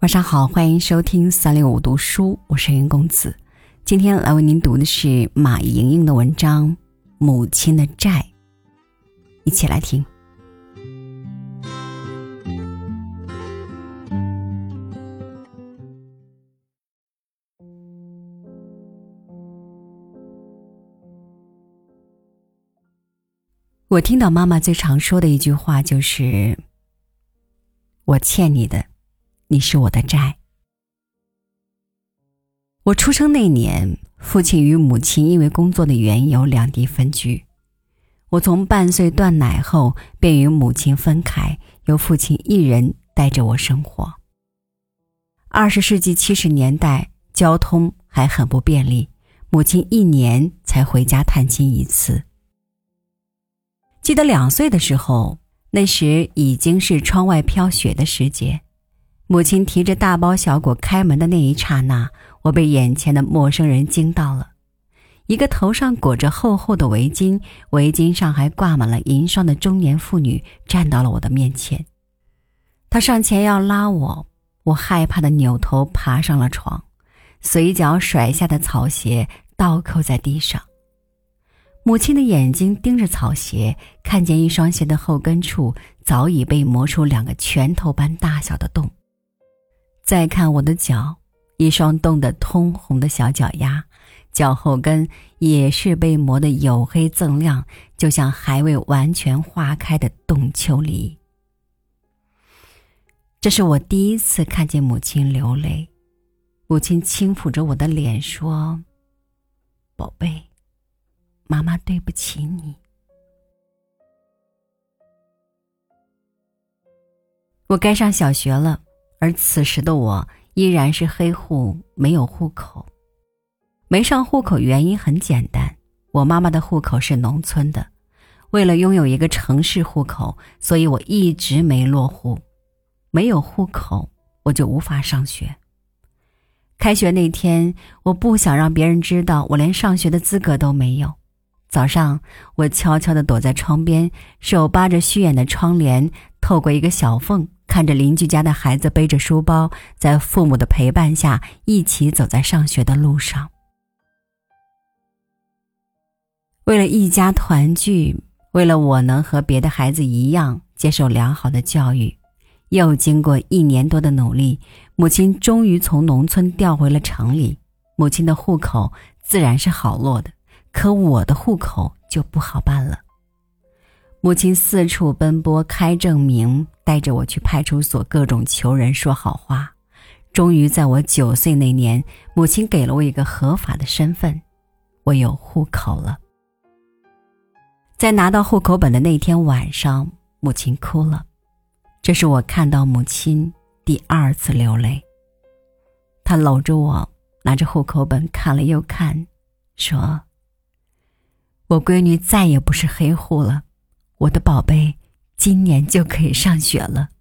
晚上好，欢迎收听365读书，我是云公子。今天来为您读的是马莹莹的文章《母亲的债》，一起来听。我听到妈妈最常说的一句话就是我欠你的，你是我的债。我出生那年，父亲与母亲因为工作的缘由两地分居。我从半岁断奶后便与母亲分开，由父亲一人带着我生活。20世纪70年代，交通还很不便利，母亲1年才回家探亲一次。记得2岁的时候，那时已经是窗外飘雪的时节，母亲提着大包小裹开门的那一刹那，我被眼前的陌生人惊到了。一个头上裹着厚厚的围巾，围巾上还挂满了银霜的中年妇女站到了我的面前。她上前要拉我，我害怕地扭头爬上了床，随脚甩下的草鞋倒扣在地上。母亲的眼睛盯着草鞋，看见一双鞋的后跟处早已被磨出2个拳头般大小的洞。再看我的脚，一双冻得通红的小脚丫，脚后跟也是被磨得黝黑锃亮，就像还未完全化开的冻秋梨。这是我第一次看见母亲流泪。母亲轻抚着我的脸说：宝贝，妈妈对不起你。我该上小学了，而此时的我依然是黑户，没有户口。没上户口原因很简单，我妈妈的户口是农村的，为了拥有一个城市户口，所以我一直没落户。没有户口，我就无法上学。开学那天，我不想让别人知道我连上学的资格都没有。早上，我悄悄地躲在窗边，手扒着虚掩的窗帘，透过一个小缝，看着邻居家的孩子背着书包，在父母的陪伴下一起走在上学的路上。为了一家团聚，为了我能和别的孩子一样接受良好的教育，又经过1年多的努力，母亲终于从农村调回了城里。母亲的户口自然是好落的，可我的户口就不好办了。母亲四处奔波开证明，带着我去派出所各种求人说好话。终于在我9岁那年，母亲给了我一个合法的身份，我有户口了。在拿到户口本的那天晚上，母亲哭了。这是我看到母亲第2次流泪。她搂着我，拿着户口本看了又看，说：我闺女再也不是黑户了，我的宝贝今年就可以上学了。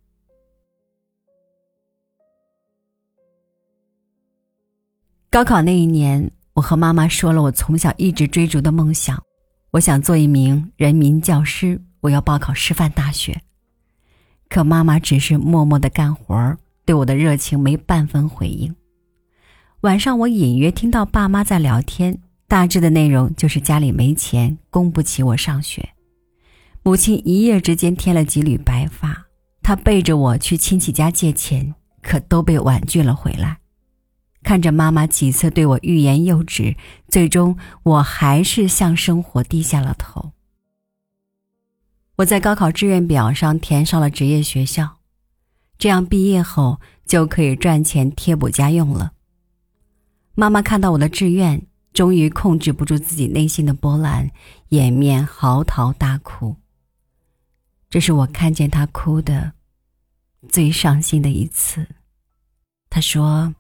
高考那一年，我和妈妈说了我从小一直追逐的梦想，我想做一名人民教师，我要报考师范大学。可妈妈只是默默地干活，对我的热情没半分回应。晚上我隐约听到爸妈在聊天，大致的内容就是家里没钱，供不起我上学。母亲一夜之间添了几缕白发，她背着我去亲戚家借钱，可都被婉拒了回来。看着妈妈几次对我欲言又止，最终我还是向生活低下了头。我在高考志愿表上填上了职业学校，这样毕业后就可以赚钱贴补家用了。妈妈看到我的志愿，终于控制不住自己内心的波澜，掩面嚎啕大哭。这是我看见她哭的最伤心的一次。她说：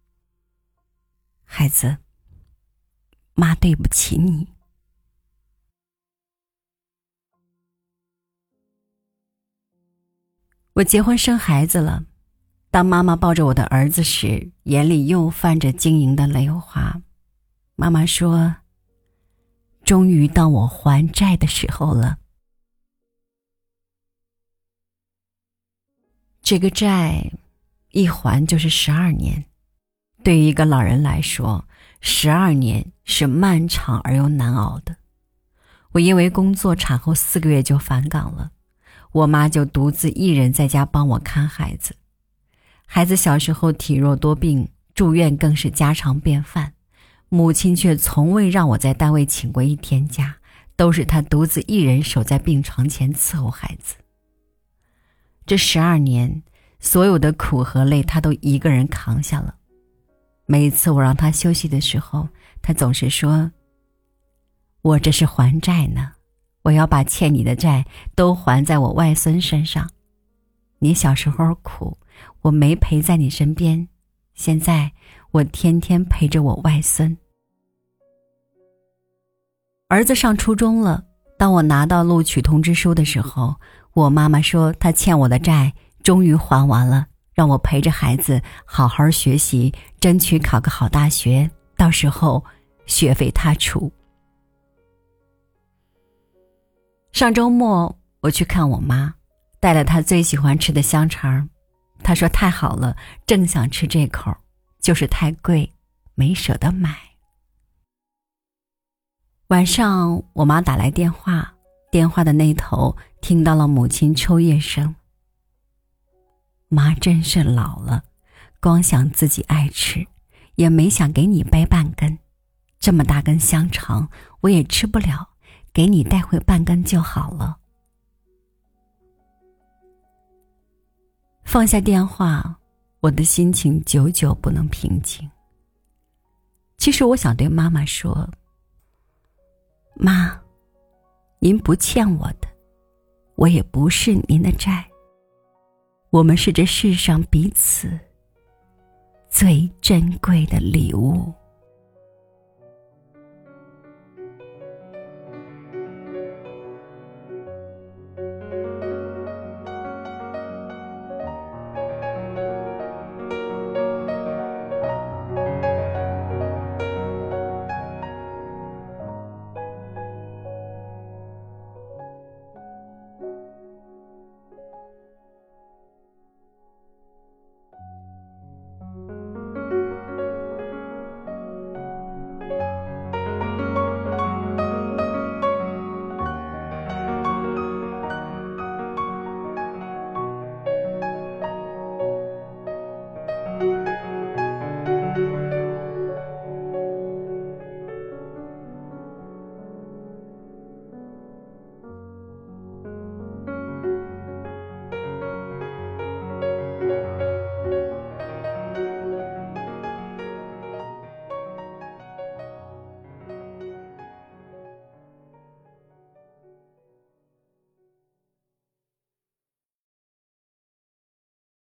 孩子，妈对不起你。我结婚生孩子了，当妈妈抱着我的儿子时，眼里又泛着晶莹的泪花。妈妈说：终于到我还债的时候了。这个债一还就是12年。对于一个老人来说，12年是漫长而又难熬的。我因为工作产后4个月就返岗了，我妈就独自一人在家帮我看孩子。孩子小时候体弱多病，住院更是家常便饭，母亲却从未让我在单位请过1天假，都是她独自一人守在病床前伺候孩子。这12年，所有的苦和累她都一个人扛下了。每一次我让她休息的时候，她总是说，我这是还债呢，我要把欠你的债都还在我外孙身上。你小时候苦，我没陪在你身边，现在我天天陪着我外孙。儿子上初中了，当我拿到录取通知书的时候，我妈妈说她欠我的债终于还完了，让我陪着孩子好好学习，争取考个好大学，到时候学费她出。上周末我去看我妈，带了她最喜欢吃的香肠，她说太好了，正想吃这口，就是太贵，没舍得买。晚上我妈打来电话，电话的那头听到了母亲抽噎声。妈真是老了，光想自己爱吃，也没想给你掰半根，这么大根香肠我也吃不了，给你带回半根就好了。放下电话，我的心情久久不能平静。其实我想对妈妈说，妈，您不欠我的，我也不是您的债，我们是这世上彼此最珍贵的礼物。